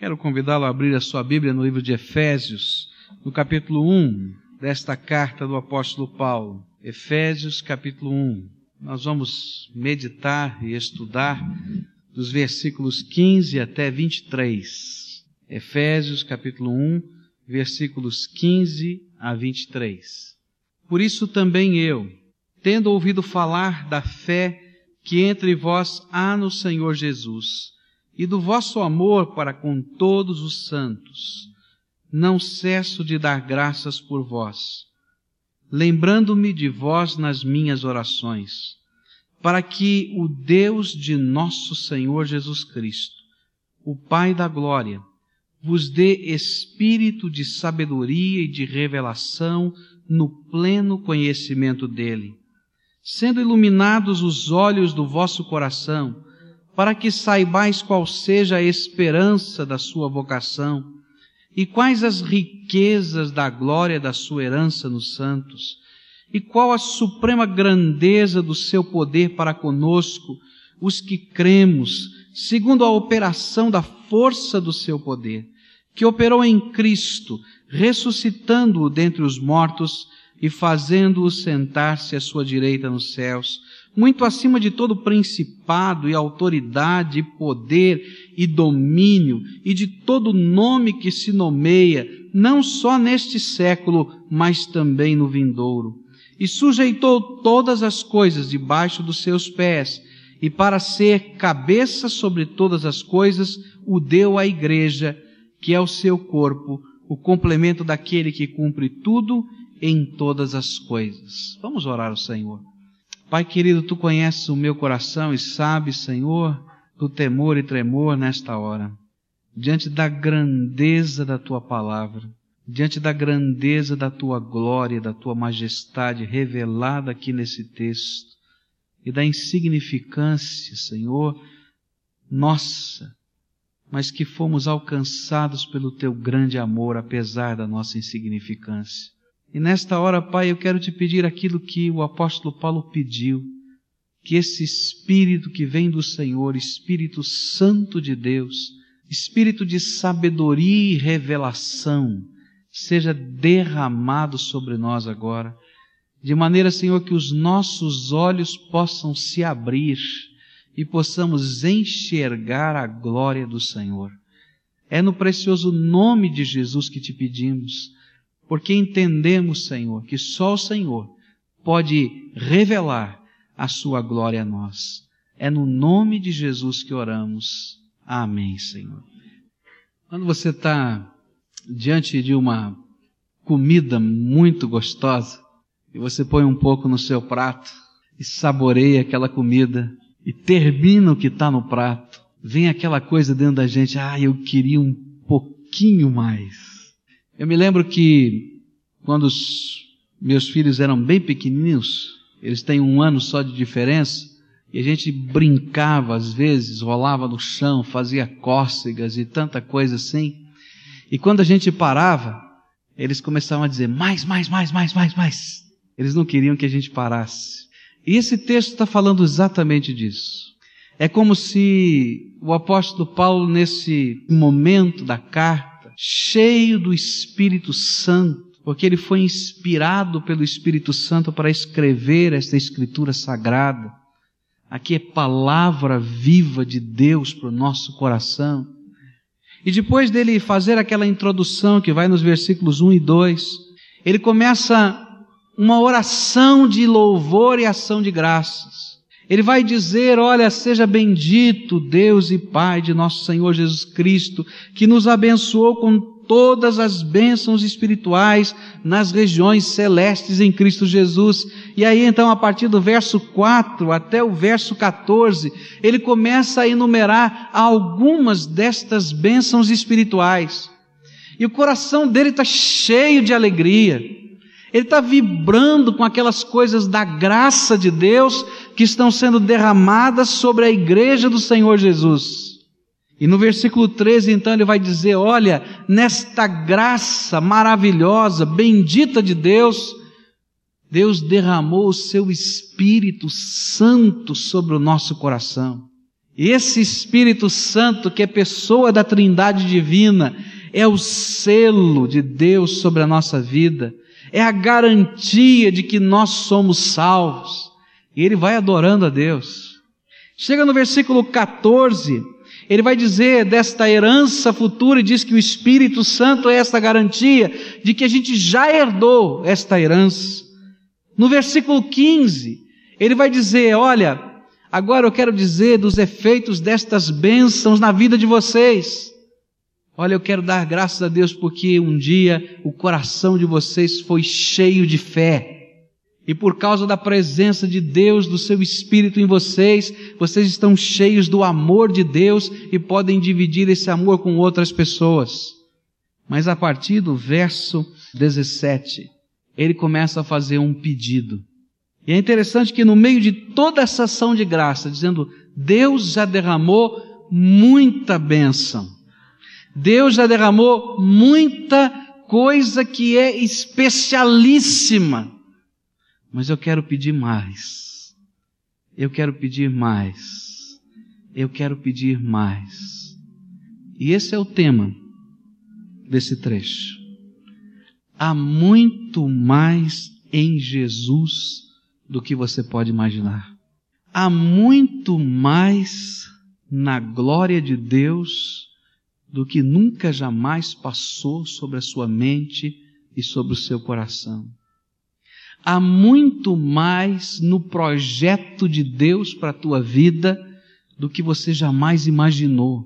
Quero convidá-lo a abrir a sua Bíblia no livro de Efésios, no capítulo 1 desta carta do apóstolo Paulo. Efésios, capítulo 1. Nós vamos meditar e estudar dos versículos 15 até 23. Efésios, capítulo 1, versículos 15 a 23. Por isso também eu, tendo ouvido falar da fé que entre vós há no Senhor Jesus, e do vosso amor para com todos os santos, não cesso de dar graças por vós, lembrando-me de vós nas minhas orações, para que o Deus de nosso Senhor Jesus Cristo, o Pai da glória, vos dê espírito de sabedoria e de revelação no pleno conhecimento dele, sendo iluminados os olhos do vosso coração, para que saibais qual seja a esperança da sua vocação e quais as riquezas da glória da sua herança nos santos e qual a suprema grandeza do seu poder para conosco, os que cremos, segundo a operação da força do seu poder, que operou em Cristo, ressuscitando-o dentre os mortos e fazendo-o sentar-se à sua direita nos céus, muito acima de todo principado e autoridade e poder e domínio e de todo nome que se nomeia, não só neste século, mas também no vindouro. E sujeitou todas as coisas debaixo dos seus pés, e para ser cabeça sobre todas as coisas, o deu à igreja, que é o seu corpo, o complemento daquele que cumpre tudo em todas as coisas. Vamos orar ao Senhor. Pai querido, Tu conheces o meu coração e sabes, Senhor, do temor e tremor nesta hora. Diante da grandeza da Tua palavra, diante da grandeza da Tua glória, da Tua majestade revelada aqui nesse texto, e da insignificância, Senhor, nossa, mas que fomos alcançados pelo Teu grande amor, apesar da nossa insignificância. E nesta hora, Pai, eu quero Te pedir aquilo que o apóstolo Paulo pediu, que esse Espírito que vem do Senhor, Espírito Santo de Deus, Espírito de sabedoria e revelação, seja derramado sobre nós agora, de maneira, Senhor, que os nossos olhos possam se abrir e possamos enxergar a glória do Senhor. É no precioso nome de Jesus que Te pedimos, porque entendemos, Senhor, que só o Senhor pode revelar a Sua glória a nós. É no nome de Jesus que oramos. Amém, Senhor. Quando você está diante de uma comida muito gostosa, e você põe um pouco no seu prato, e saboreia aquela comida, e termina o que está no prato, vem aquela coisa dentro da gente, eu queria um pouquinho mais. Eu me lembro que quando os meus filhos eram bem pequenininhos, eles têm 1 ano só de diferença, e a gente brincava às vezes, rolava no chão, fazia cócegas e tanta coisa assim. E quando a gente parava, eles começavam a dizer, mais. Eles não queriam que a gente parasse. E esse texto está falando exatamente disso. É como se o apóstolo Paulo, nesse momento da carta, cheio do Espírito Santo, porque ele foi inspirado pelo Espírito Santo para escrever esta escritura sagrada. Aqui é palavra viva de Deus para o nosso coração. E depois dele fazer aquela introdução que vai nos versículos 1 e 2, ele começa uma oração de louvor e ação de graças. Ele vai dizer, olha, seja bendito Deus e Pai de nosso Senhor Jesus Cristo, que nos abençoou com todas as bênçãos espirituais nas regiões celestes em Cristo Jesus. E aí então, a partir do verso 4 até o verso 14, ele começa a enumerar algumas destas bênçãos espirituais. E o coração dele está cheio de alegria. Ele está vibrando com aquelas coisas da graça de Deus que estão sendo derramadas sobre a igreja do Senhor Jesus. E no versículo 13, então, ele vai dizer, olha, nesta graça maravilhosa, bendita de Deus, Deus derramou o seu Espírito Santo sobre o nosso coração. Esse Espírito Santo, que é pessoa da Trindade Divina, é o selo de Deus sobre a nossa vida, é a garantia de que nós somos salvos. E ele vai adorando a Deus. Chega no versículo 14, ele vai dizer desta herança futura e diz que o Espírito Santo é esta garantia de que a gente já herdou esta herança. No versículo 15, ele vai dizer, olha, agora eu quero dizer dos efeitos destas bênçãos na vida de vocês. Olha, eu quero dar graças a Deus porque um dia o coração de vocês foi cheio de fé. E por causa da presença de Deus, do seu Espírito em vocês, vocês estão cheios do amor de Deus e podem dividir esse amor com outras pessoas. Mas a partir do verso 17, ele começa a fazer um pedido. E é interessante que no meio de toda essa ação de graça, dizendo, Deus já derramou muita bênção. Deus já derramou muita coisa que é especialíssima. Mas eu quero pedir mais. Eu quero pedir mais. Eu quero pedir mais. E esse é o tema desse trecho. Há muito mais em Jesus do que você pode imaginar. Há muito mais na glória de Deus do que nunca jamais passou sobre a sua mente e sobre o seu coração. Há muito mais no projeto de Deus para a tua vida do que você jamais imaginou.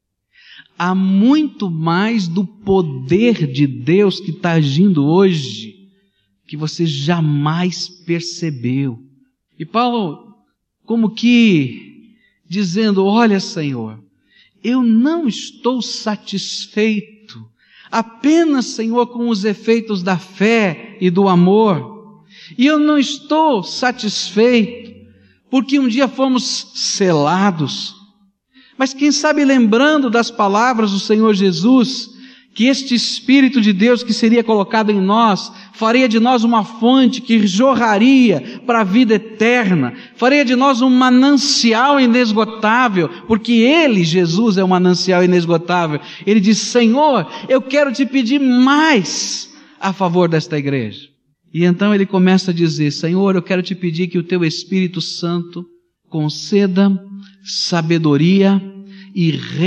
Há muito mais do poder de Deus que está agindo hoje que você jamais percebeu. E Paulo, como que dizendo, olha Senhor, eu não estou satisfeito apenas, Senhor, com os efeitos da fé e do amor. E eu não estou satisfeito porque um dia fomos selados. Mas quem sabe lembrando das palavras do Senhor Jesus, que este Espírito de Deus que seria colocado em nós, faria de nós uma fonte que jorraria para a vida eterna, faria de nós um manancial inesgotável, porque Ele, Jesus, é um manancial inesgotável. Ele diz, Senhor, eu quero te pedir mais a favor desta igreja. E então ele começa a dizer, Senhor, eu quero te pedir que o teu Espírito Santo conceda sabedoria e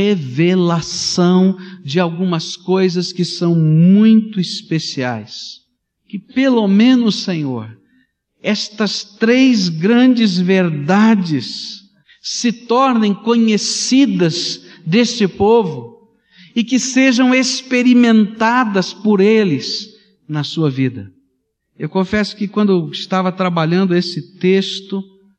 revelação de algumas coisas que são muito especiais. Que pelo menos, Senhor, estas 3 grandes verdades se tornem conhecidas deste povo e que sejam experimentadas por eles na sua vida. Eu confesso que quando eu estava trabalhando esse texto,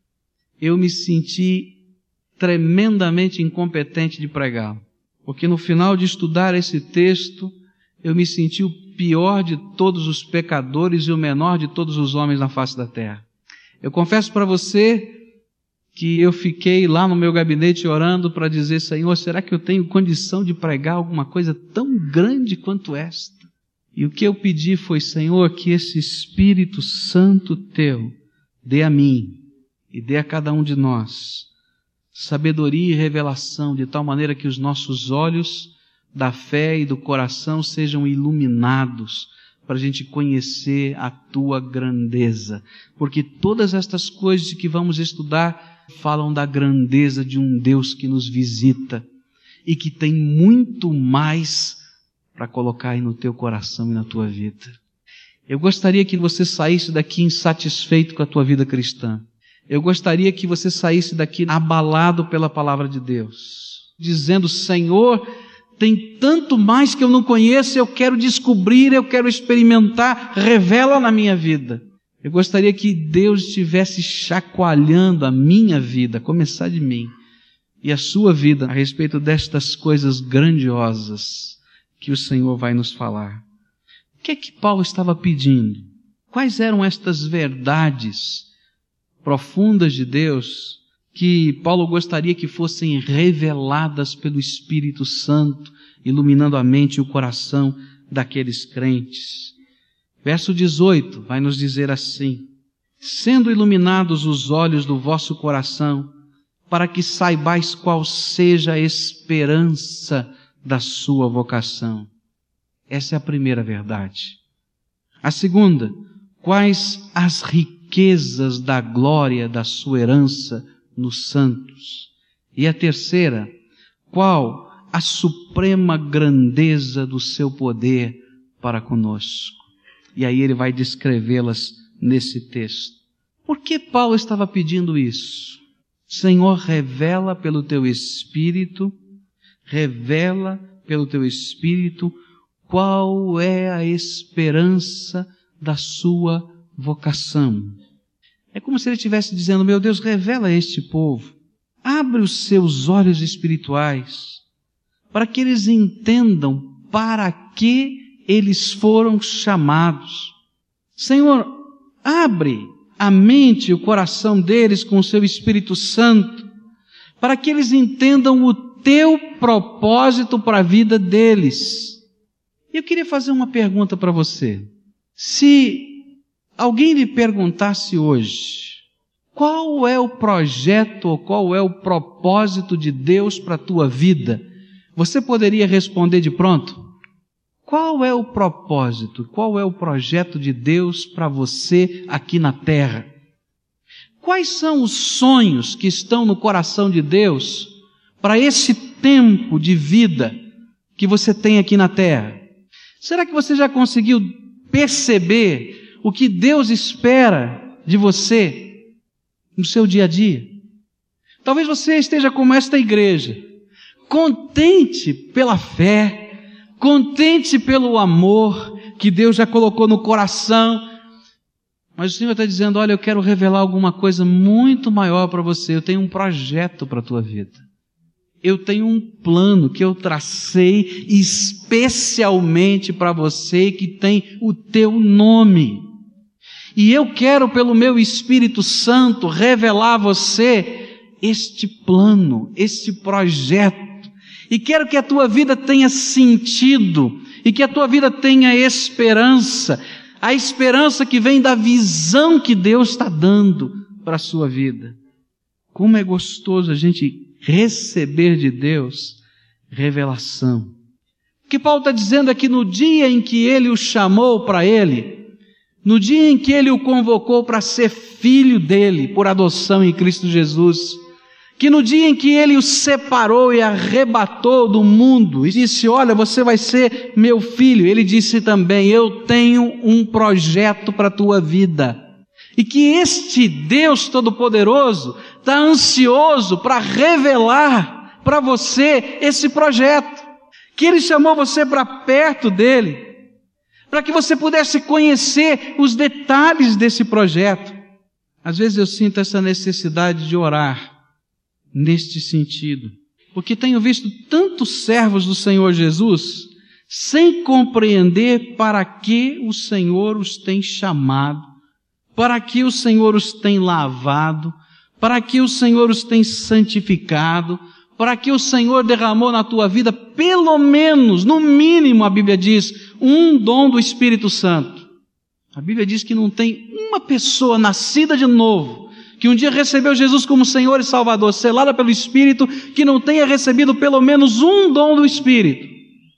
eu me senti tremendamente incompetente de pregá-lo. Porque no final de estudar esse texto, eu me senti o pior de todos os pecadores e o menor de todos os homens na face da terra. Eu confesso para você que eu fiquei lá no meu gabinete orando para dizer, Senhor, será que eu tenho condição de pregar alguma coisa tão grande quanto esta? E o que eu pedi foi, Senhor, que esse Espírito Santo Teu dê a mim e dê a cada um de nós sabedoria e revelação, de tal maneira que os nossos olhos da fé e do coração sejam iluminados para a gente conhecer a Tua grandeza. Porque todas estas coisas que vamos estudar falam da grandeza de um Deus que nos visita e que tem muito mais para colocar aí no teu coração e na tua vida. Eu gostaria que você saísse daqui insatisfeito com a tua vida cristã. Eu gostaria que você saísse daqui abalado pela palavra de Deus, dizendo, Senhor, tem tanto mais que eu não conheço, eu quero descobrir, eu quero experimentar, revela na minha vida. Eu gostaria que Deus estivesse chacoalhando a minha vida, a começar de mim, e a sua vida a respeito destas coisas grandiosas que o Senhor vai nos falar. O que é que Paulo estava pedindo? Quais eram estas verdades profundas de Deus que Paulo gostaria que fossem reveladas pelo Espírito Santo, iluminando a mente e o coração daqueles crentes? Verso 18 vai nos dizer assim: sendo iluminados os olhos do vosso coração, para que saibais qual seja a esperança da sua vocação. Essa é a primeira verdade. A segunda, quais as riquezas da glória da sua herança nos santos. E a terceira, qual a suprema grandeza do seu poder para conosco. E aí ele vai descrevê-las nesse texto. Por que Paulo estava pedindo isso? Senhor, revela pelo teu Espírito qual é a esperança da sua vocação. É como se ele estivesse dizendo, meu Deus, revela a este povo, abre os seus olhos espirituais, para que eles entendam para que eles foram chamados. Senhor, abre a mente e o coração deles com o seu Espírito Santo, para que eles entendam o teu propósito para a vida deles. E eu queria fazer uma pergunta para você. Se alguém lhe perguntasse hoje, qual é o projeto ou qual é o propósito de Deus para a tua vida, você poderia responder de pronto? Qual é o propósito, qual é o projeto de Deus para você aqui na terra? Quais são os sonhos que estão no coração de Deus para esse tempo de vida que você tem aqui na terra? Será que você já conseguiu perceber o que Deus espera de você no seu dia a dia? Talvez você esteja como esta igreja, contente pela fé, contente pelo amor que Deus já colocou no coração, mas o Senhor está dizendo, olha, eu quero revelar alguma coisa muito maior para você, eu tenho um projeto para a tua vida, eu tenho um plano que eu tracei especialmente para você, que tem o teu nome, e eu quero pelo meu Espírito Santo revelar a você este plano, este projeto, e quero que a tua vida tenha sentido, e que a tua vida tenha esperança, a esperança que vem da visão que Deus está dando para a sua vida. Como é gostoso a gente receber de Deus revelação. O que Paulo está dizendo é que no dia em que Ele o chamou para Ele, no dia em que Ele o convocou para ser filho dEle, por adoção em Cristo Jesus, que no dia em que Ele o separou e arrebatou do mundo e disse, olha, você vai ser meu filho, Ele disse também, eu tenho um projeto para a tua vida. E que este Deus Todo-Poderoso está ansioso para revelar para você esse projeto. Que Ele chamou você para perto dEle, para que você pudesse conhecer os detalhes desse projeto. Às vezes eu sinto essa necessidade de orar neste sentido, porque tenho visto tantos servos do Senhor Jesus sem compreender para que o Senhor os tem chamado, para que o Senhor os tem lavado, para que o Senhor os tem santificado, para que o Senhor derramou na tua vida pelo menos, no mínimo a Bíblia diz, um dom do Espírito Santo. A Bíblia diz que não tem uma pessoa nascida de novo, que um dia recebeu Jesus como Senhor e Salvador, selada pelo Espírito, que não tenha recebido pelo menos um dom do Espírito.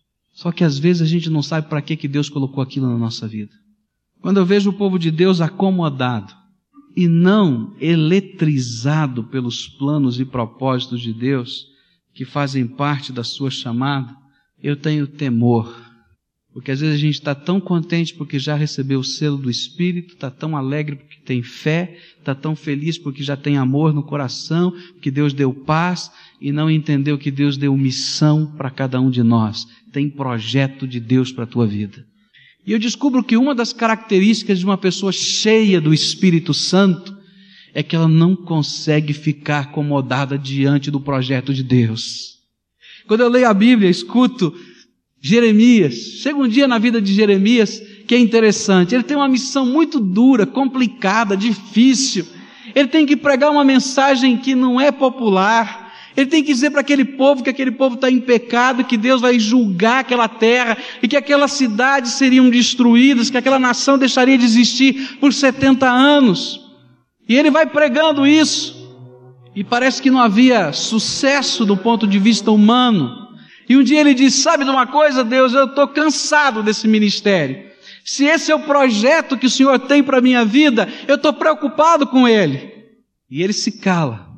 Só que às vezes a gente não sabe para que Deus colocou aquilo na nossa vida. Quando eu vejo o povo de Deus acomodado e não eletrizado pelos planos e propósitos de Deus, que fazem parte da sua chamada, eu tenho temor. Porque às vezes a gente está tão contente porque já recebeu o selo do Espírito, está tão alegre porque tem fé, está tão feliz porque já tem amor no coração, que Deus deu paz, e não entendeu que Deus deu missão para cada um de nós. Tem projeto de Deus para a tua vida. E eu descubro que uma das características de uma pessoa cheia do Espírito Santo é que ela não consegue ficar acomodada diante do projeto de Deus. Quando eu leio a Bíblia, escuto Jeremias, chega um dia na vida de Jeremias que é interessante, ele tem uma missão muito dura, complicada, difícil, ele tem que pregar uma mensagem que não é popular, ele tem que dizer para aquele povo que aquele povo está em pecado, que Deus vai julgar aquela terra, e que aquelas cidades seriam destruídas, que aquela nação deixaria de existir por 70 anos, e ele vai pregando isso, E parece que não havia sucesso do ponto de vista humano. E um dia ele disse, sabe de uma coisa, Deus, eu estou cansado desse ministério. Se esse é o projeto que o Senhor tem para a minha vida, eu estou preocupado com ele. E ele se cala.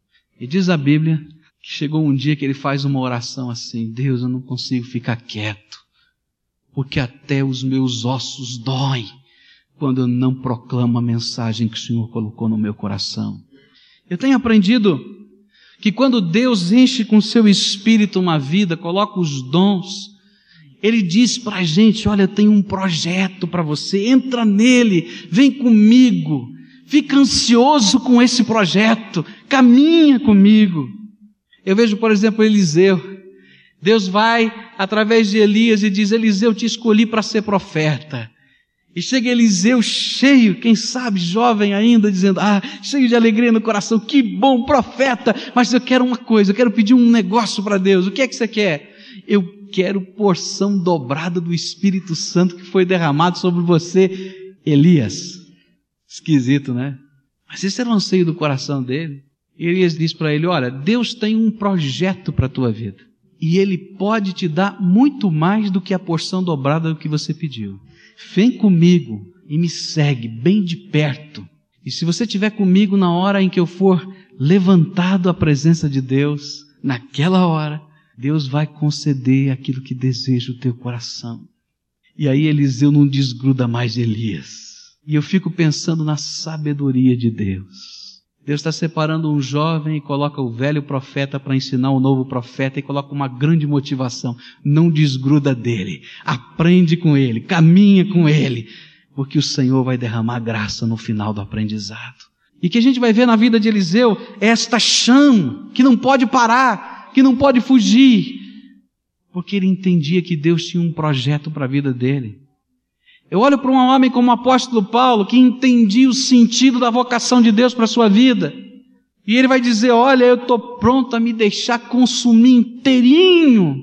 E diz a Bíblia que chegou um dia que ele faz uma oração assim, Deus, eu não consigo ficar quieto, porque até os meus ossos doem quando eu não proclamo a mensagem que o Senhor colocou no meu coração. Eu tenho aprendido que quando Deus enche com seu Espírito uma vida, coloca os dons, Ele diz para a gente, olha, eu tenho um projeto para você, entra nele, vem comigo, fica ansioso com esse projeto, caminha comigo. Eu vejo, por exemplo, Eliseu. Deus vai através de Elias e diz, Eliseu, te escolhi para ser profeta. E chega Eliseu cheio, quem sabe jovem ainda, dizendo, cheio de alegria no coração, que bom, profeta, mas eu quero uma coisa, eu quero pedir um negócio para Deus. O que é que você quer? Eu quero porção dobrada do Espírito Santo que foi derramado sobre você, Elias. Esquisito, né? Mas esse era o anseio do coração dele. E Elias diz para ele, olha, Deus tem um projeto para a tua vida. E Ele pode te dar muito mais do que a porção dobrada do que você pediu. Vem comigo e me segue bem de perto. E se você estiver comigo na hora em que eu for levantado à presença de Deus, naquela hora, Deus vai conceder aquilo que deseja o teu coração. E aí Eliseu não desgruda mais de Elias. E eu fico pensando na sabedoria de Deus. Deus está separando um jovem e coloca o velho profeta para ensinar o novo profeta e coloca uma grande motivação. Não desgruda dele. Aprende com ele. Caminha com ele. Porque o Senhor vai derramar graça no final do aprendizado. E que a gente vai ver na vida de Eliseu é esta chama que não pode parar, que não pode fugir. Porque ele entendia que Deus tinha um projeto para a vida dele. Eu olho para um homem como o apóstolo Paulo, que entendia o sentido da vocação de Deus para a sua vida. E ele vai dizer, olha, eu estou pronto a me deixar consumir inteirinho,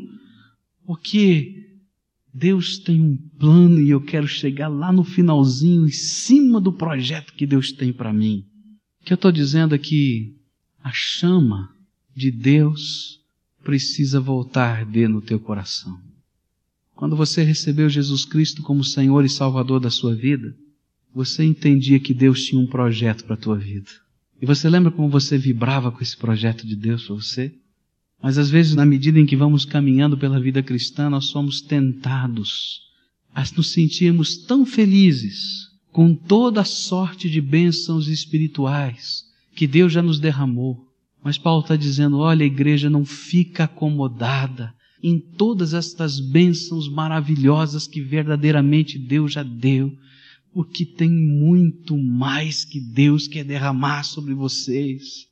porque Deus tem um plano e eu quero chegar lá no finalzinho, em cima do projeto que Deus tem para mim. O que eu estou dizendo é que a chama de Deus precisa voltar a arder no teu coração. Quando você recebeu Jesus Cristo como Senhor e Salvador da sua vida, você entendia que Deus tinha um projeto para a tua vida. E você lembra como você vibrava com esse projeto de Deus para você? Mas às vezes, na medida em que vamos caminhando pela vida cristã, nós somos tentados a nos sentirmos tão felizes com toda a sorte de bênçãos espirituais que Deus já nos derramou. Mas Paulo está dizendo, olha, a igreja não fica acomodada em todas estas bênçãos maravilhosas que verdadeiramente Deus já deu, porque tem muito mais que Deus quer derramar sobre vocês.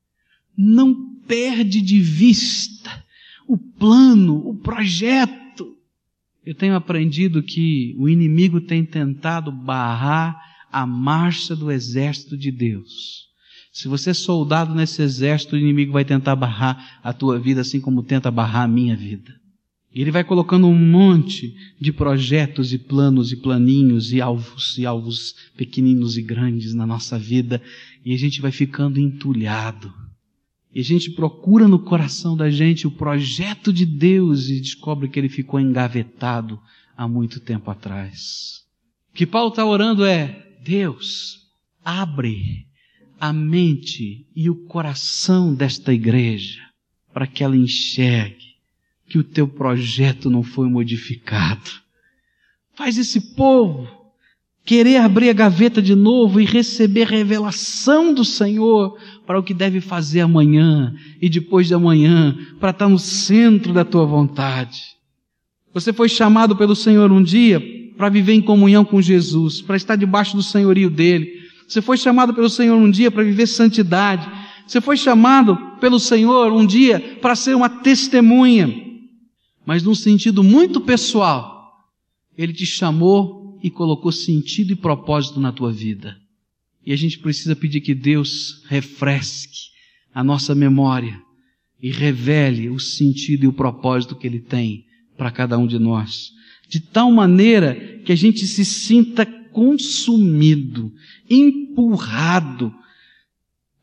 Não perde de vista o plano, o projeto. Eu tenho aprendido que o inimigo tem tentado barrar a marcha do exército de Deus. Se você é soldado nesse exército, o inimigo vai tentar barrar a tua vida, assim como tenta barrar a minha vida. E ele vai colocando um monte de projetos e planos e planinhos e alvos pequeninos e grandes na nossa vida. E a gente vai ficando entulhado. E a gente procura no coração da gente o projeto de Deus e descobre que ele ficou engavetado há muito tempo atrás. O que Paulo está orando é, Deus, abre a mente e o coração desta igreja para que ela enxergue que o teu projeto não foi modificado. Faz esse povo querer abrir a gaveta de novo e receber revelação do Senhor para o que deve fazer amanhã e depois de amanhã, para estar no centro da tua vontade. Você foi chamado pelo Senhor um dia para viver em comunhão com Jesus, para estar debaixo do senhorio dele. Você foi chamado pelo Senhor um dia para viver santidade. Você foi chamado pelo Senhor um dia para ser uma testemunha. Mas num sentido muito pessoal, Ele te chamou e colocou sentido e propósito na tua vida. E a gente precisa pedir que Deus refresque a nossa memória e revele o sentido e o propósito que Ele tem para cada um de nós. De tal maneira que a gente se sinta consumido, empurrado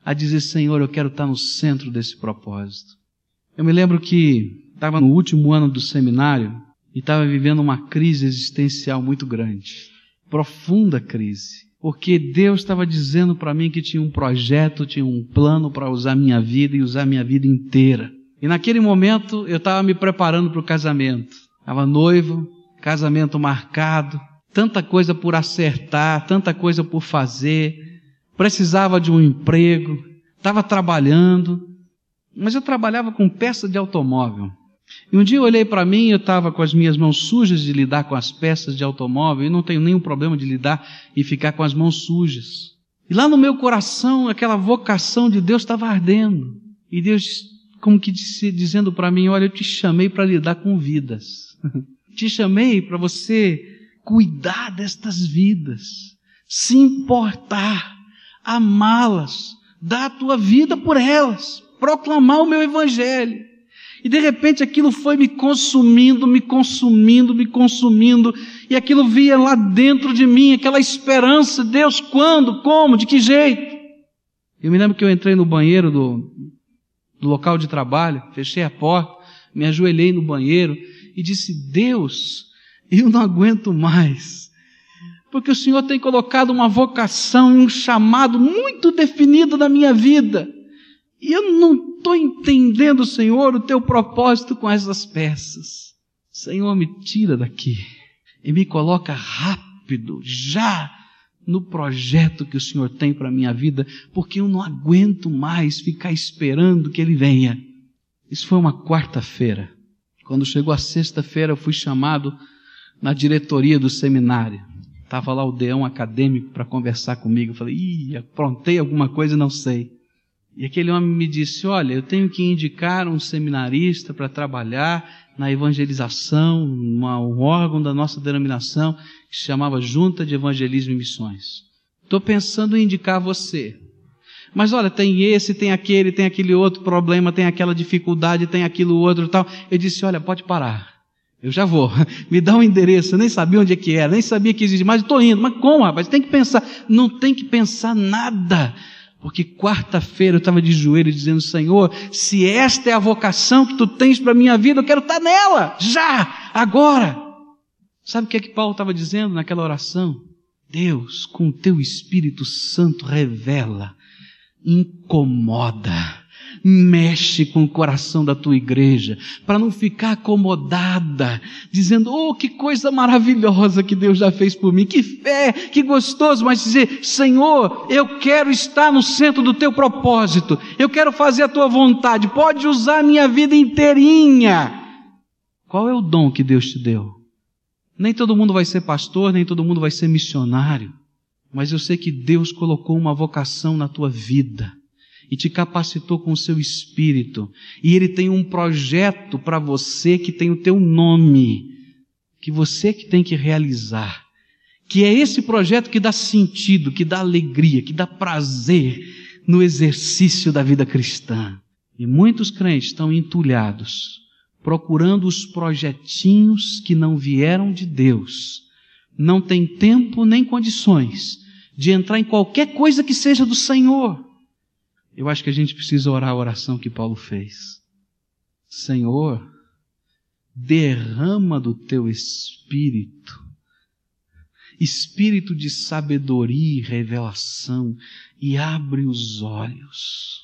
a dizer, Senhor, eu quero estar no centro desse propósito. Eu me lembro que estava no último ano do seminário e estava vivendo uma crise existencial muito grande, profunda crise, porque Deus estava dizendo para mim que tinha um projeto, tinha um plano para usar minha vida e usar minha vida inteira. E naquele momento eu estava me preparando para o casamento. Estava noivo, casamento marcado, tanta coisa por acertar, tanta coisa por fazer, precisava de um emprego, estava trabalhando, mas eu trabalhava com peça de automóvel. E um dia eu olhei para mim, eu estava com as minhas mãos sujas de lidar com as peças de automóvel, e não tenho nenhum problema de lidar e ficar com as mãos sujas. E lá no meu coração, aquela vocação de Deus estava ardendo. E Deus, como que dizendo para mim, olha, eu te chamei para lidar com vidas. Te chamei para você cuidar destas vidas, se importar, amá-las, dar a tua vida por elas, proclamar o meu evangelho. E de repente aquilo foi me consumindo, e aquilo via lá dentro de mim, aquela esperança, Deus, quando, como, de que jeito? Eu me lembro que eu entrei no banheiro do local de trabalho, fechei a porta, me ajoelhei no banheiro e disse, Deus, eu não aguento mais, porque o Senhor tem colocado uma vocação e um chamado muito definido na minha vida, e eu não estou entendendo, Senhor, o teu propósito com essas peças. Senhor, me tira daqui e me coloca rápido, já, no projeto que o Senhor tem para a minha vida, porque eu não aguento mais ficar esperando que Ele venha. Isso foi uma quarta-feira. Quando chegou a sexta-feira, eu fui chamado na diretoria do seminário. Estava lá o deão acadêmico para conversar comigo. Eu falei, aprontei alguma coisa e não sei. E aquele homem me disse, olha, eu tenho que indicar um seminarista para trabalhar na evangelização, um órgão da nossa denominação, que se chamava Junta de Evangelismo e Missões. Estou pensando em indicar você. Mas olha, tem esse, tem aquele outro problema, tem aquela dificuldade, tem aquilo outro e tal. Eu disse, olha, pode parar. Eu já vou. Me dá um endereço. Eu nem sabia onde é que era, nem sabia que existia, mas estou indo. Mas como, rapaz? Tem que pensar. Não tem que pensar nada. Porque quarta-feira eu estava de joelho dizendo, Senhor, se esta é a vocação que Tu tens para a minha vida, eu quero estar nela, já, agora. Sabe o que é que Paulo estava dizendo naquela oração? Deus, com o Teu Espírito Santo, revela, incomoda, mexe com o coração da Tua igreja, para não ficar acomodada, dizendo, oh, que coisa maravilhosa que Deus já fez por mim, que fé, que gostoso, mas dizer, Senhor, eu quero estar no centro do Teu propósito, eu quero fazer a Tua vontade, pode usar a minha vida inteirinha. Qual é o dom que Deus te deu? Nem todo mundo vai ser pastor, nem todo mundo vai ser missionário, mas eu sei que Deus colocou uma vocação na tua vida, e te capacitou com o seu Espírito, e Ele tem um projeto para você que tem o teu nome, que você que tem que realizar, que é esse projeto que dá sentido, que dá alegria, que dá prazer no exercício da vida cristã. E muitos crentes estão entulhados, procurando os projetinhos que não vieram de Deus, não tem tempo nem condições de entrar em qualquer coisa que seja do Senhor. Eu acho que a gente precisa orar a oração que Paulo fez. Senhor, derrama do Teu Espírito, Espírito de sabedoria e revelação, e abre os olhos.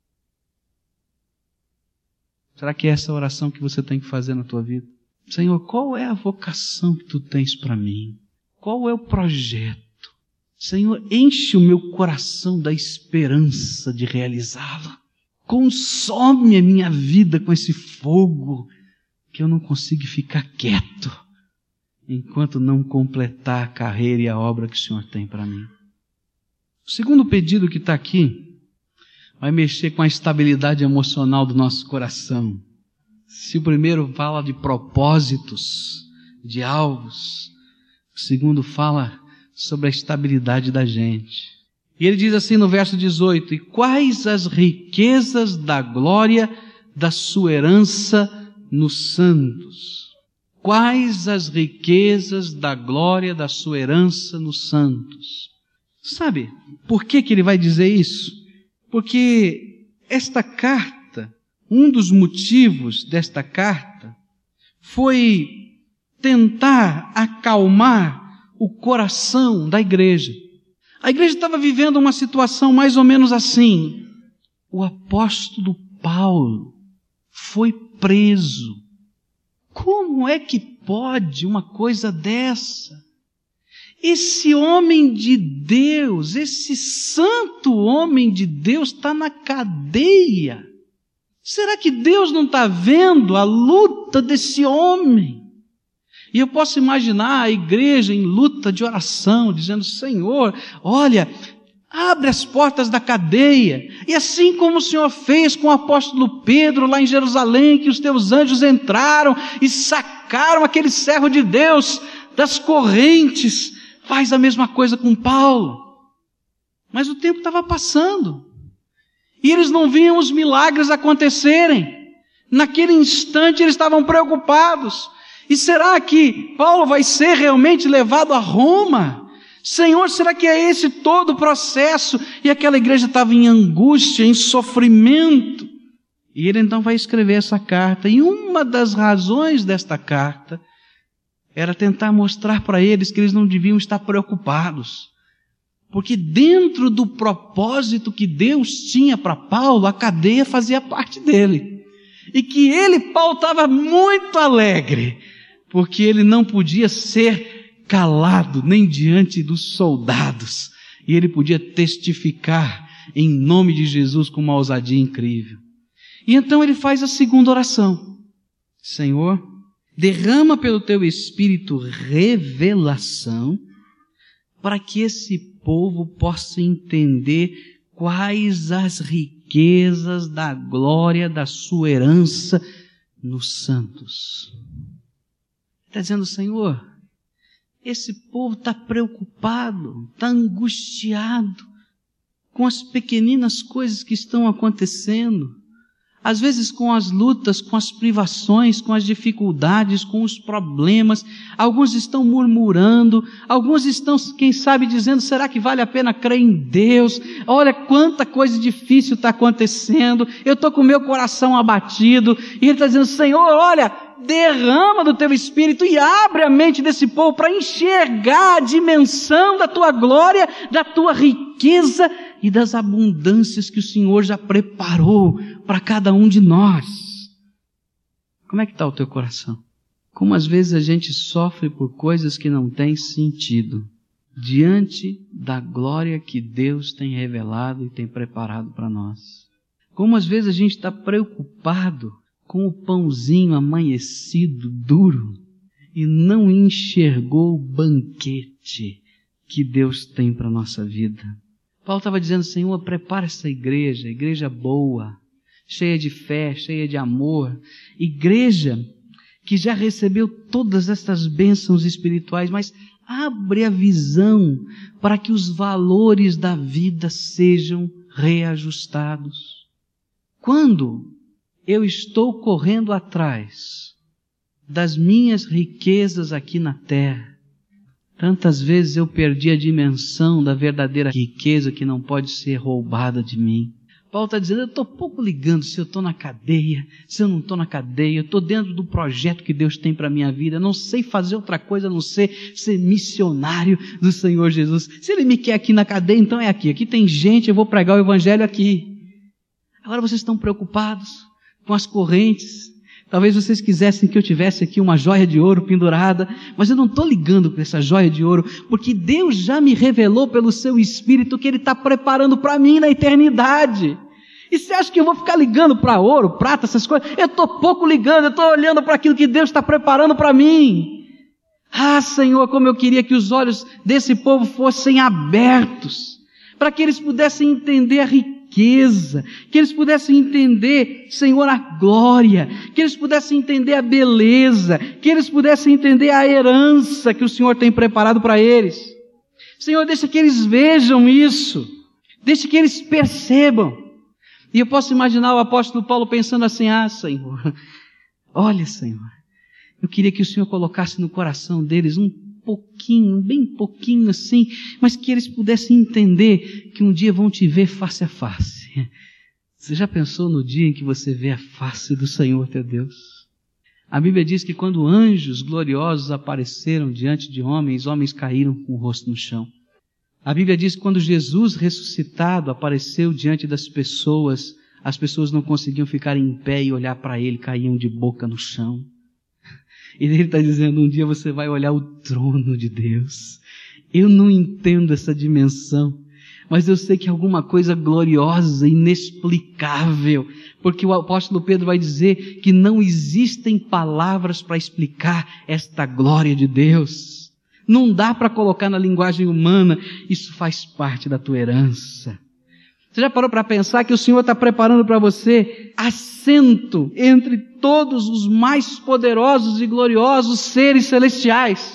Será que é essa a oração que você tem que fazer na tua vida? Senhor, qual é a vocação que Tu tens para mim? Qual é o projeto? Senhor, enche o meu coração da esperança de realizá-lo. Consome a minha vida com esse fogo, que eu não consigo ficar quieto, enquanto não completar a carreira e a obra que o Senhor tem para mim. O segundo pedido que está aqui, vai mexer com a estabilidade emocional do nosso coração. Se o primeiro fala de propósitos, de alvos, o segundo fala sobre a estabilidade da gente. E ele diz assim no verso 18, e quais as riquezas da glória da sua herança nos santos? Quais as riquezas da glória da sua herança nos santos? Sabe por que ele vai dizer isso? Porque esta carta, um dos motivos desta carta, foi tentar acalmar o coração da igreja. A igreja estava vivendo uma situação mais ou menos assim. O apóstolo Paulo foi preso. Como é que pode uma coisa dessa? Esse homem de Deus, esse santo homem de Deus está na cadeia. Será que Deus não está vendo a luta desse homem? E eu posso imaginar a igreja em luta de oração, dizendo: Senhor, olha, abre as portas da cadeia. E assim como o Senhor fez com o apóstolo Pedro lá em Jerusalém, que os teus anjos entraram e sacaram aquele servo de Deus das correntes, faz a mesma coisa com Paulo. Mas o tempo estava passando. E eles não viam os milagres acontecerem. Naquele instante eles estavam preocupados. E será que Paulo vai ser realmente levado a Roma? Senhor, será que é esse todo o processo? E aquela igreja estava em angústia, em sofrimento. E ele então vai escrever essa carta. E uma das razões desta carta era tentar mostrar para eles que eles não deviam estar preocupados. Porque dentro do propósito que Deus tinha para Paulo, a cadeia fazia parte dele. E que ele, Paulo, estava muito alegre, porque ele não podia ser calado nem diante dos soldados. E ele podia testificar em nome de Jesus com uma ousadia incrível. E então ele faz a segunda oração. Senhor, derrama pelo teu Espírito revelação para que esse povo possa entender quais as riquezas da glória da sua herança nos santos. Está dizendo: Senhor, esse povo está preocupado, está angustiado com as pequeninas coisas que estão acontecendo. Às vezes com as lutas, com as privações, com as dificuldades, com os problemas. Alguns estão murmurando, alguns estão, quem sabe, dizendo: será que vale a pena crer em Deus? Olha quanta coisa difícil está acontecendo, eu estou com o meu coração abatido. E ele está dizendo: Senhor, olha, derrama do teu Espírito e abre a mente desse povo para enxergar a dimensão da tua glória, da tua riqueza e das abundâncias que o Senhor já preparou para cada um de nós. Como é que está o teu coração? Como às vezes a gente sofre por coisas que não têm sentido, diante da glória que Deus tem revelado e tem preparado para nós. Como às vezes a gente está preocupado com o pãozinho amanhecido, duro, e não enxergou o banquete que Deus tem para a nossa vida. Paulo estava dizendo: Senhor, prepara essa igreja boa, cheia de fé, cheia de amor, igreja que já recebeu todas estas bênçãos espirituais, mas abre a visão para que os valores da vida sejam reajustados. Quando eu estou correndo atrás das minhas riquezas aqui na terra, tantas vezes eu perdi a dimensão da verdadeira riqueza que não pode ser roubada de mim. Paulo está dizendo: eu estou pouco ligando se eu estou na cadeia, se eu não estou na cadeia, eu estou dentro do projeto que Deus tem para a minha vida, eu não sei fazer outra coisa a não ser missionário do Senhor Jesus. Se Ele me quer aqui na cadeia, então é aqui. Aqui tem gente, eu vou pregar o Evangelho aqui. Agora vocês estão preocupados com as correntes. Talvez vocês quisessem que eu tivesse aqui uma joia de ouro pendurada, mas eu não estou ligando com essa joia de ouro, porque Deus já me revelou pelo seu Espírito que Ele está preparando para mim na eternidade. E você acha que eu vou ficar ligando para ouro, prata, essas coisas? Eu estou pouco ligando, eu estou olhando para aquilo que Deus está preparando para mim. Ah, Senhor, como eu queria que os olhos desse povo fossem abertos, para que eles pudessem entender a riqueza, que eles pudessem entender, Senhor, a glória, que eles pudessem entender a beleza, que eles pudessem entender a herança que o Senhor tem preparado para eles. Senhor, deixa que eles vejam isso, deixa que eles percebam. E eu posso imaginar o apóstolo Paulo pensando assim: ah, Senhor, olha, Senhor, eu queria que o Senhor colocasse no coração deles um pouquinho, bem pouquinho assim, mas que eles pudessem entender que um dia vão te ver face a face. assim, você já pensou no dia em que você vê a face do Senhor teu Deus? A Bíblia diz que quando anjos gloriosos apareceram diante de homens, homens caíram com o rosto no chão. A Bíblia diz que quando Jesus ressuscitado apareceu diante das pessoas, as pessoas não conseguiam ficar em pé e olhar para Ele, caíam de boca no chão. E Ele está dizendo, um dia você vai olhar o trono de Deus. Eu não entendo essa dimensão, mas eu sei que é alguma coisa gloriosa, inexplicável, porque o apóstolo Pedro vai dizer que não existem palavras para explicar esta glória de Deus. Não dá para colocar na linguagem humana, isso faz parte da tua herança. Você já parou para pensar que o Senhor está preparando para você assento entre todos os mais poderosos e gloriosos seres celestiais?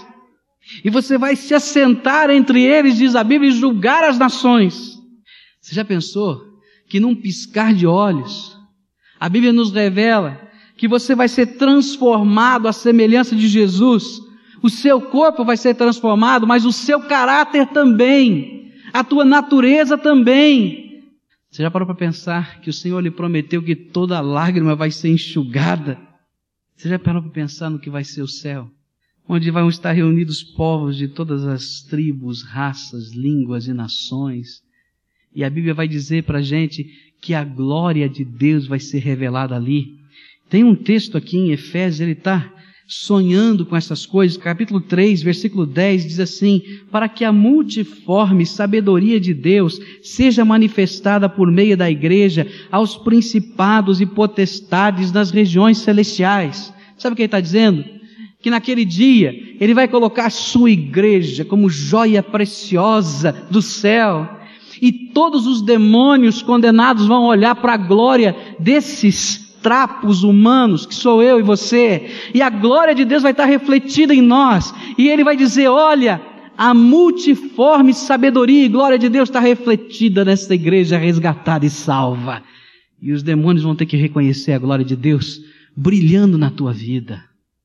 E você vai se assentar entre eles, diz a Bíblia, e julgar as nações. Você já pensou que num piscar de olhos, a Bíblia nos revela que você vai ser transformado à semelhança de Jesus? O seu corpo vai ser transformado, mas o seu caráter também, a tua natureza também. Você já parou para pensar que o Senhor lhe prometeu que toda lágrima vai ser enxugada? Você já parou para pensar no que vai ser o céu? Onde vão estar reunidos povos de todas as tribos, raças, línguas e nações. E a Bíblia vai dizer para a gente que a glória de Deus vai ser revelada ali. Tem um texto aqui em Efésios, ele está sonhando com essas coisas. Capítulo 3, versículo 10 diz assim: para que a multiforme sabedoria de Deus seja manifestada por meio da igreja aos principados e potestades das regiões celestiais. Sabe o que ele está dizendo? Que naquele dia Ele vai colocar a sua igreja como joia preciosa do céu, e todos os demônios condenados vão olhar para a glória desses trapos humanos, que sou eu e você, e a glória de Deus vai estar refletida em nós, e Ele vai dizer, olha, a multiforme sabedoria e glória de Deus está refletida nessa igreja resgatada e salva, e os demônios vão ter que reconhecer a glória de Deus brilhando na tua vida.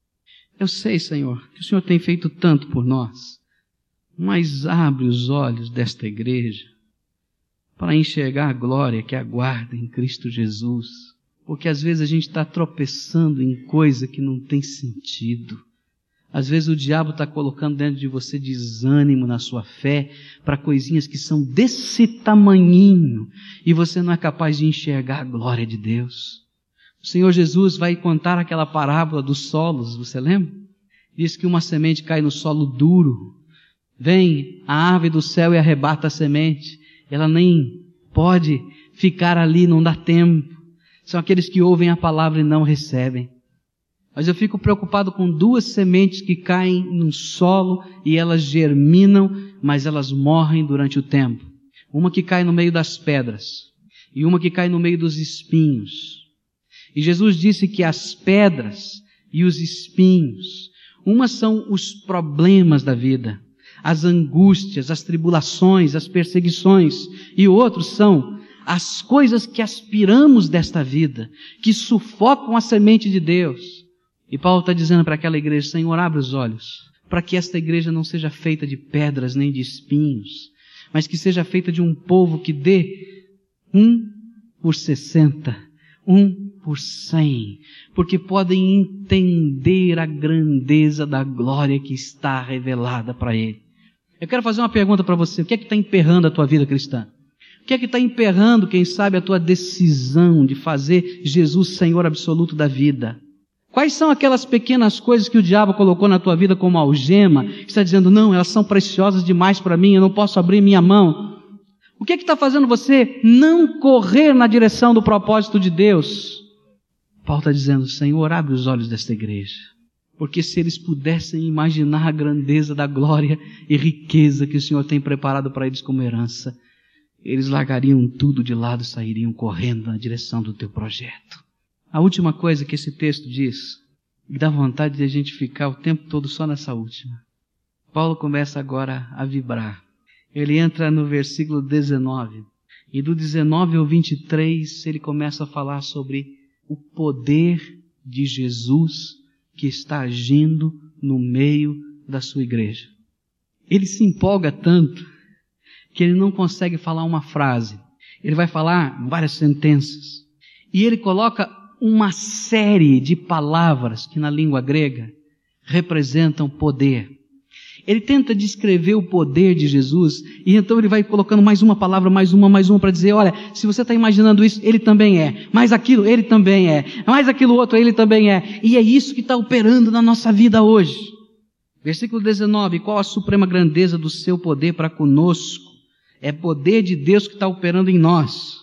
Eu sei, Senhor, que o Senhor tem feito tanto por nós, mas abre os olhos desta igreja para enxergar a glória que aguarda em Cristo Jesus, porque às vezes a gente está tropeçando em coisa que não tem sentido. Às vezes o diabo está colocando dentro de você desânimo na sua fé para coisinhas que são desse tamanhinho e você não é capaz de enxergar a glória de Deus. O Senhor Jesus vai contar aquela parábola dos solos, você lembra? Diz que uma semente cai no solo duro, vem a ave do céu e arrebata a semente, ela nem pode ficar ali, não dá tempo. São aqueles que ouvem a palavra e não recebem. Mas eu fico preocupado com duas sementes que caem num solo e elas germinam, mas elas morrem durante o tempo. Uma que cai no meio das pedras e uma que cai no meio dos espinhos. E Jesus disse que as pedras e os espinhos, umas são os problemas da vida, as angústias, as tribulações, as perseguições, e outros são as coisas que aspiramos desta vida, que sufocam a semente de Deus. E Paulo está dizendo para aquela igreja, Senhor, abre os olhos, para que esta igreja não seja feita de pedras nem de espinhos, mas que seja feita de um povo que dê 1 por 60, 1 por 100, porque podem entender a grandeza da glória que está revelada para Ele. Eu quero fazer uma pergunta para você, o que é que está emperrando a tua vida cristã? O que é que está emperrando, quem sabe, a tua decisão de fazer Jesus Senhor absoluto da vida? Quais são aquelas pequenas coisas que o diabo colocou na tua vida como algema, que está dizendo, não, elas são preciosas demais para mim, eu não posso abrir minha mão? O que é que está fazendo você não correr na direção do propósito de Deus? Paulo está dizendo, Senhor, abre os olhos desta igreja, porque se eles pudessem imaginar a grandeza da glória e riqueza que o Senhor tem preparado para eles como herança, eles largariam tudo de lado e sairiam correndo na direção do teu projeto. A última coisa que esse texto diz, e dá vontade de a gente ficar o tempo todo só nessa última. Paulo começa agora a vibrar. Ele entra no versículo 19, e do 19 ao 23 ele começa a falar sobre o poder de Jesus que está agindo no meio da sua igreja. Ele se empolga tanto que ele não consegue falar uma frase. Ele vai falar várias sentenças. E ele coloca uma série de palavras que na língua grega representam poder. Ele tenta descrever o poder de Jesus, e então ele vai colocando mais uma palavra, mais uma, para dizer, olha, se você está imaginando isso, ele também é. Mais aquilo, ele também é. Mais aquilo outro, ele também é. E é isso que está operando na nossa vida hoje. Versículo 19, qual a suprema grandeza do seu poder para conosco? É poder de Deus que está operando em nós,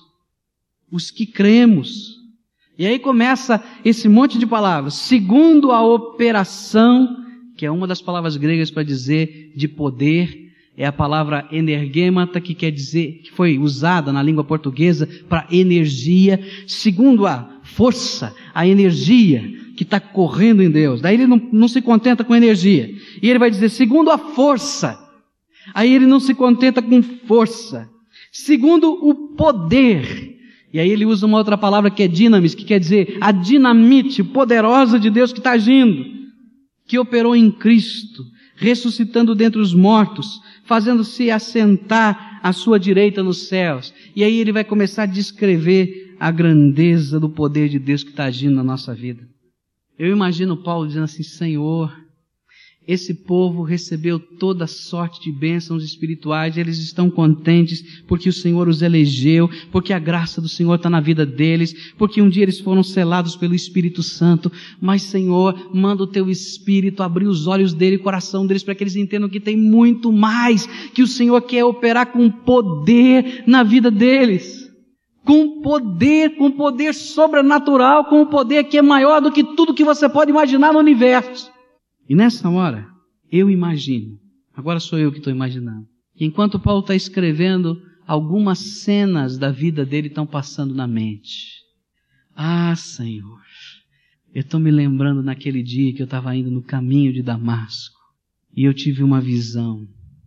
os que cremos. E aí começa esse monte de palavras, segundo a operação, que é uma das palavras gregas para dizer de poder, é a palavra energêmata, que quer dizer, que foi usada na língua portuguesa para energia, segundo a força, a energia que está correndo em Deus. Daí ele não se contenta com energia. E ele vai dizer, segundo a força. Aí ele não se contenta com força. Segundo o poder. E aí ele usa uma outra palavra que é dinamis, que quer dizer a dinamite poderosa de Deus que está agindo, que operou em Cristo, ressuscitando dentre os mortos, fazendo-se assentar à sua direita nos céus. E aí ele vai começar a descrever a grandeza do poder de Deus que está agindo na nossa vida. Eu imagino Paulo dizendo assim, Senhor, esse povo recebeu toda sorte de bênçãos espirituais, eles estão contentes porque o Senhor os elegeu, porque a graça do Senhor está na vida deles, porque um dia eles foram selados pelo Espírito Santo, mas Senhor, manda o Teu Espírito abrir os olhos deles, o coração deles, para que eles entendam que tem muito mais, que o Senhor quer operar com poder na vida deles. Com poder sobrenatural, com um poder que é maior do que tudo que você pode imaginar no universo. E nessa hora, eu imagino, agora sou eu que estou imaginando, que enquanto Paulo está escrevendo, algumas cenas da vida dele estão passando na mente. Ah, Senhor, eu estou me lembrando naquele dia que eu estava indo no caminho de Damasco, e eu tive uma visão,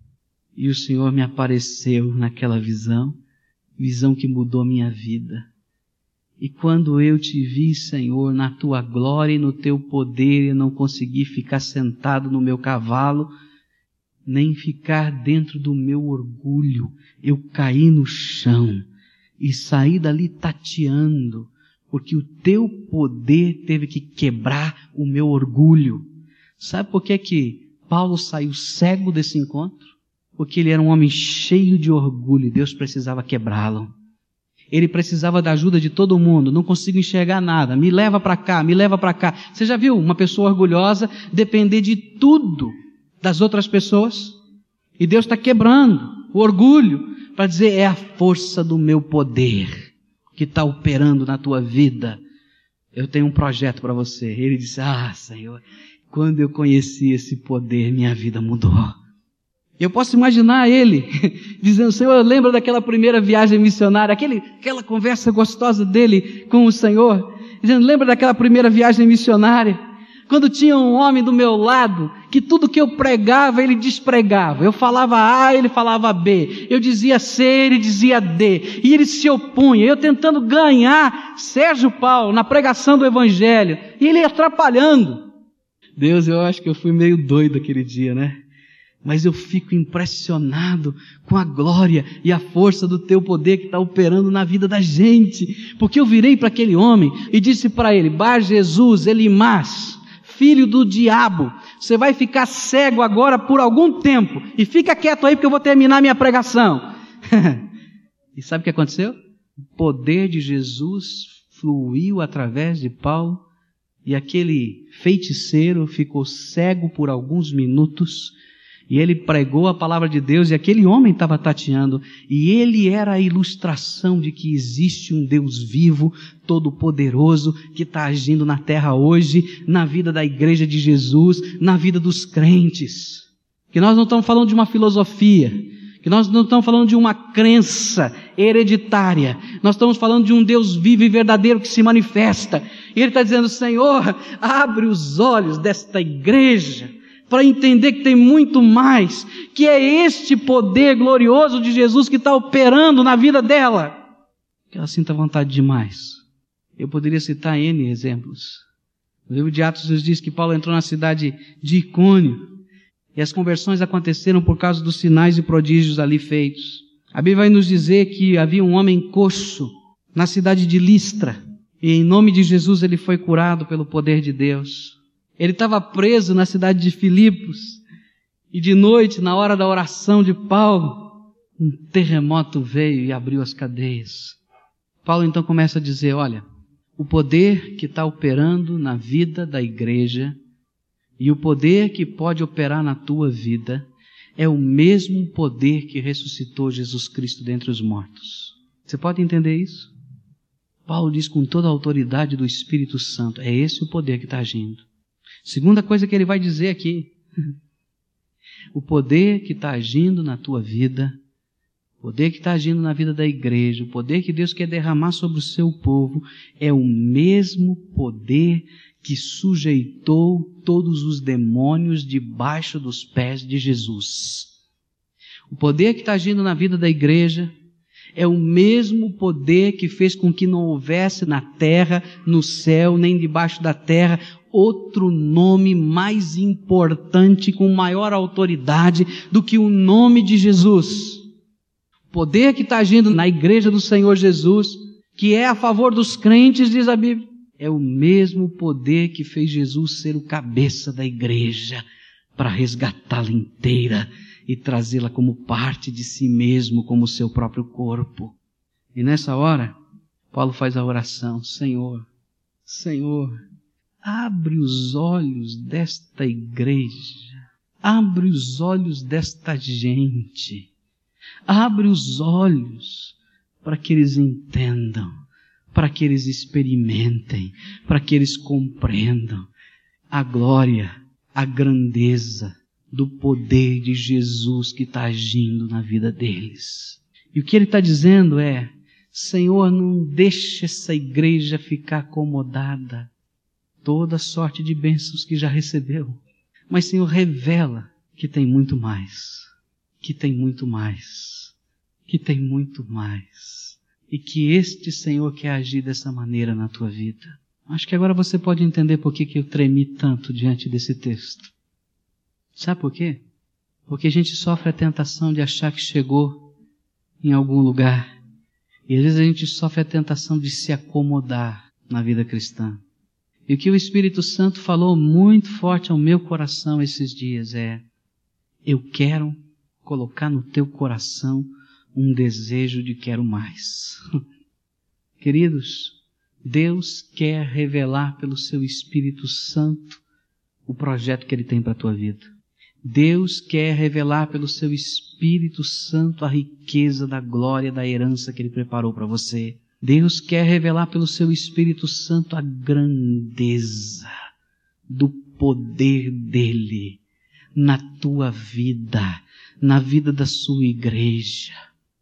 e o Senhor me apareceu naquela visão que mudou minha vida. E quando eu te vi, Senhor, na Tua glória e no Teu poder, eu não consegui ficar sentado no meu cavalo, nem ficar dentro do meu orgulho. Eu caí no chão e saí dali tateando, porque o Teu poder teve que quebrar o meu orgulho. Sabe por que Paulo saiu cego desse encontro? Porque ele era um homem cheio de orgulho e Deus precisava quebrá-lo. Ele precisava da ajuda de todo mundo, não consigo enxergar nada, me leva para cá, me leva para cá. Você já viu uma pessoa orgulhosa depender de tudo das outras pessoas? E Deus está quebrando o orgulho para dizer, é a força do meu poder que está operando na tua vida. Eu tenho um projeto para você. Ele disse, Senhor, quando eu conheci esse poder, minha vida mudou. Eu posso imaginar ele dizendo, Senhor, lembra daquela primeira viagem missionária, aquela conversa gostosa dele com o Senhor, dizendo, lembra daquela primeira viagem missionária, quando tinha um homem do meu lado, que tudo que eu pregava, ele despregava. Eu falava A, ele falava B. Eu dizia C, ele dizia D. E ele se opunha. Eu tentando ganhar Sérgio Paulo na pregação do Evangelho. E ele atrapalhando. Deus, eu acho que eu fui meio doido aquele dia, né? Mas eu fico impressionado com a glória e a força do Teu poder que está operando na vida da gente. Porque eu virei para aquele homem e disse para ele, Bar Jesus, Elimas, filho do diabo, você vai ficar cego agora por algum tempo. E fica quieto aí porque eu vou terminar minha pregação. E sabe o que aconteceu? O poder de Jesus fluiu através de Paulo e aquele feiticeiro ficou cego por alguns minutos. E ele pregou a palavra de Deus e aquele homem estava tateando. E ele era a ilustração de que existe um Deus vivo, todo-poderoso, que está agindo na terra hoje, na vida da igreja de Jesus, na vida dos crentes. Que nós não estamos falando de uma filosofia, que nós não estamos falando de uma crença hereditária. Nós estamos falando de um Deus vivo e verdadeiro que se manifesta. E ele está dizendo, Senhor, abre os olhos desta igreja, para entender que tem muito mais, que é este poder glorioso de Jesus que está operando na vida dela, que ela sinta vontade demais. Eu poderia citar N exemplos. No livro de Atos nos diz que Paulo entrou na cidade de Icônio, e as conversões aconteceram por causa dos sinais e prodígios ali feitos. A Bíblia vai nos dizer que havia um homem coxo na cidade de Listra, e em nome de Jesus ele foi curado pelo poder de Deus. Ele estava preso na cidade de Filipos, e de noite, na hora da oração de Paulo, um terremoto veio e abriu as cadeias. Paulo então começa a dizer, olha, o poder que está operando na vida da igreja e o poder que pode operar na tua vida é o mesmo poder que ressuscitou Jesus Cristo dentre os mortos. Você pode entender isso? Paulo diz com toda a autoridade do Espírito Santo, é esse o poder que está agindo. Segunda coisa que ele vai dizer aqui, o poder que está agindo na tua vida, o poder que está agindo na vida da igreja, o poder que Deus quer derramar sobre o seu povo, é o mesmo poder que sujeitou todos os demônios debaixo dos pés de Jesus. O poder que está agindo na vida da igreja é o mesmo poder que fez com que não houvesse na terra, no céu, nem debaixo da terra, outro nome mais importante, com maior autoridade do que o nome de Jesus. O poder que está agindo na igreja do Senhor Jesus, que é a favor dos crentes, diz a Bíblia, é o mesmo poder que fez Jesus ser o cabeça da igreja, para resgatá-la inteira e trazê-la como parte de si mesmo, como seu próprio corpo. E nessa hora, Paulo faz a oração, Senhor, abre os olhos desta igreja, abre os olhos desta gente, abre os olhos para que eles entendam, para que eles experimentem, para que eles compreendam a glória, a grandeza do poder de Jesus que está agindo na vida deles. E o que ele está dizendo é, Senhor, não deixe essa igreja ficar acomodada, toda sorte de bênçãos que já recebeu. Mas, Senhor, revela que tem muito mais, que tem muito mais, que tem muito mais. E que este Senhor quer agir dessa maneira na tua vida. Acho que agora você pode entender por que eu tremi tanto diante desse texto. Sabe por quê? Porque a gente sofre a tentação de achar que chegou em algum lugar. E às vezes a gente sofre a tentação de se acomodar na vida cristã. E o que o Espírito Santo falou muito forte ao meu coração esses dias é, eu quero colocar no teu coração um desejo de quero mais. Queridos, Deus quer revelar pelo seu Espírito Santo o projeto que Ele tem para a tua vida. Deus quer revelar pelo seu Espírito Santo a riqueza da glória, da herança que Ele preparou para você. Deus quer revelar pelo seu Espírito Santo a grandeza do poder dEle na tua vida, na vida da sua igreja.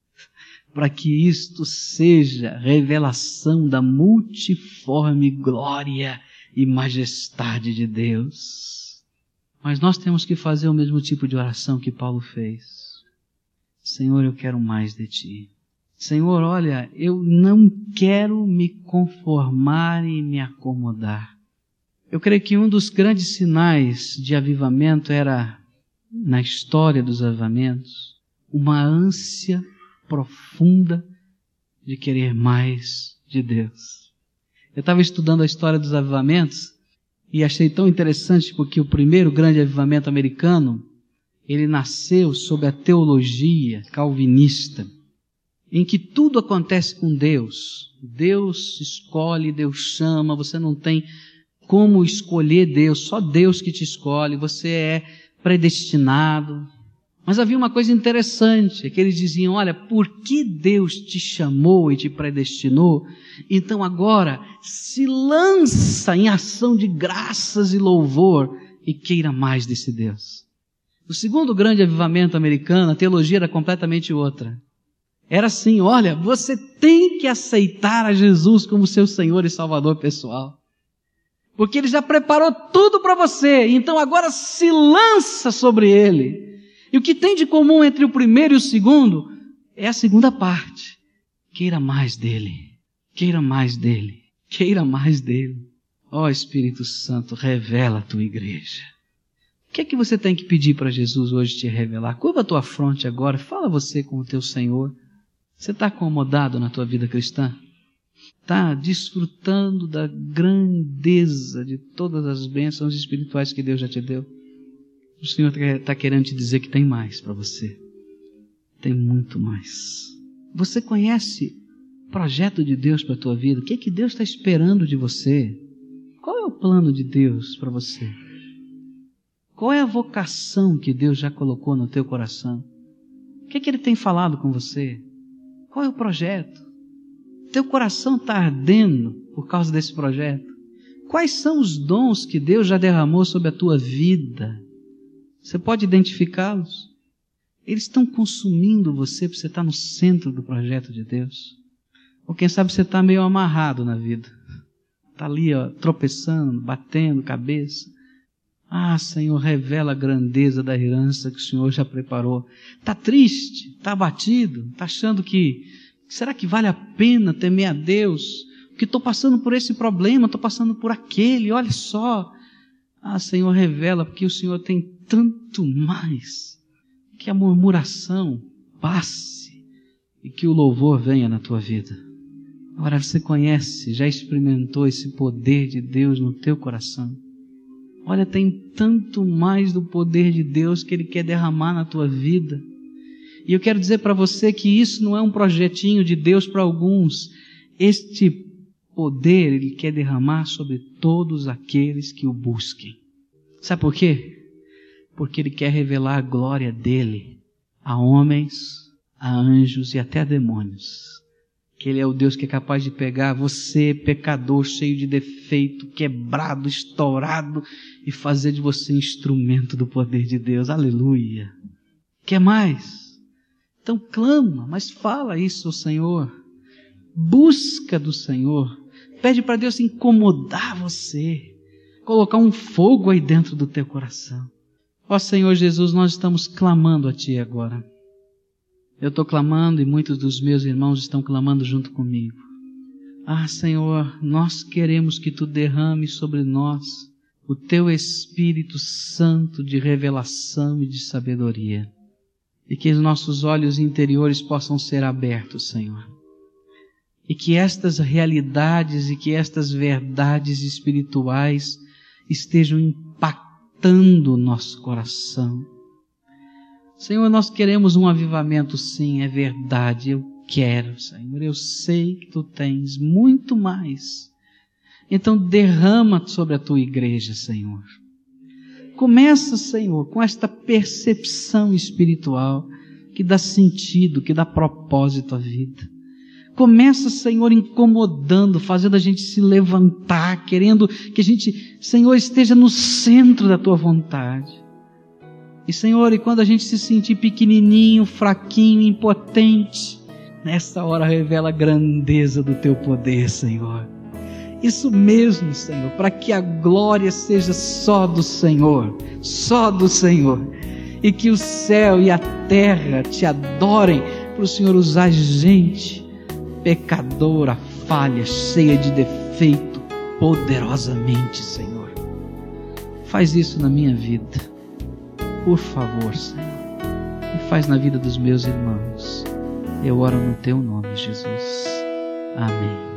Para que isto seja revelação da multiforme glória e majestade de Deus. Mas nós temos que fazer o mesmo tipo de oração que Paulo fez. Senhor, eu quero mais de Ti. Senhor, olha, eu não quero me conformar e me acomodar. Eu creio que um dos grandes sinais de avivamento era, na história dos avivamentos, uma ânsia profunda de querer mais de Deus. Eu estava estudando a história dos avivamentos e achei tão interessante porque o primeiro grande avivamento americano, ele nasceu sob a teologia calvinista, em que tudo acontece com Deus. Deus escolhe, Deus chama, você não tem como escolher Deus, só Deus que te escolhe, você é predestinado. Mas havia uma coisa interessante, que eles diziam, olha, porque Deus te chamou e te predestinou, então agora se lança em ação de graças e louvor e queira mais desse Deus. O segundo grande avivamento americano, a teologia era completamente outra. Era assim, olha, você tem que aceitar a Jesus como seu Senhor e Salvador pessoal. Porque Ele já preparou tudo para você, então agora se lança sobre Ele. E o que tem de comum entre o primeiro e o segundo é a segunda parte. Queira mais dEle, queira mais dEle, queira mais dEle. Ó Espírito Santo, revela a tua igreja. O que é que você tem que pedir para Jesus hoje te revelar? Curva a tua fronte agora, fala você com o teu Senhor. Você está acomodado na tua vida cristã? Está desfrutando da grandeza de todas as bênçãos espirituais que Deus já te deu? O Senhor está querendo te dizer que tem mais para você. Tem muito mais. Você conhece o projeto de Deus para a tua vida? O que é que Deus está esperando de você? Qual é o plano de Deus para você? Qual é a vocação que Deus já colocou no teu coração? O que é que Ele tem falado com você? Qual é o projeto? Teu coração está ardendo por causa desse projeto? Quais são os dons que Deus já derramou sobre a tua vida? Você pode identificá-los? Eles estão consumindo você para você estar no centro do projeto de Deus? Ou quem sabe você está meio amarrado na vida? Está ali, tropeçando, batendo cabeça. Ah, Senhor, revela a grandeza da herança que o Senhor já preparou. Está triste, está abatido, está achando que será que vale a pena temer a Deus? Porque estou passando por esse problema, estou passando por aquele, olha só. Ah, Senhor, revela, porque o Senhor tem tanto mais. Que a murmuração passe e que o louvor venha na tua vida. Agora você conhece, já experimentou esse poder de Deus no teu coração. Olha, tem tanto mais do poder de Deus que Ele quer derramar na tua vida. E eu quero dizer para você que isso não é um projetinho de Deus para alguns. Este poder Ele quer derramar sobre todos aqueles que o busquem. Sabe por quê? Porque Ele quer revelar a glória dEle a homens, a anjos e até a demônios. Que Ele é o Deus que é capaz de pegar você, pecador, cheio de defeito, quebrado, estourado, e fazer de você instrumento do poder de Deus. Aleluia! Quer mais? Então clama, mas fala isso ao Senhor. Busca do Senhor. Pede para Deus incomodar você. Colocar um fogo aí dentro do teu coração. Ó Senhor Jesus, nós estamos clamando a Ti agora. Eu estou clamando e muitos dos meus irmãos estão clamando junto comigo. Ah, Senhor, nós queremos que Tu derrames sobre nós o Teu Espírito Santo de revelação e de sabedoria. E que os nossos olhos interiores possam ser abertos, Senhor. E que estas realidades e que estas verdades espirituais estejam impactando o nosso coração. Senhor, nós queremos um avivamento, sim, é verdade, eu quero, Senhor, eu sei que Tu tens muito mais. Então derrama sobre a Tua igreja, Senhor. Começa, Senhor, com esta percepção espiritual que dá sentido, que dá propósito à vida. Começa, Senhor, incomodando, fazendo a gente se levantar, querendo que a gente, Senhor, esteja no centro da Tua vontade. E, Senhor, e quando a gente se sentir pequenininho, fraquinho, impotente, nessa hora revela a grandeza do Teu poder, Senhor. Isso mesmo, Senhor, para que a glória seja só do Senhor, e que o céu e a terra Te adorem para o Senhor usar gente pecadora, falha, cheia de defeito, poderosamente, Senhor. Faz isso na minha vida. Por favor, Senhor, e faz na vida dos meus irmãos. Eu oro no Teu nome, Jesus. Amém.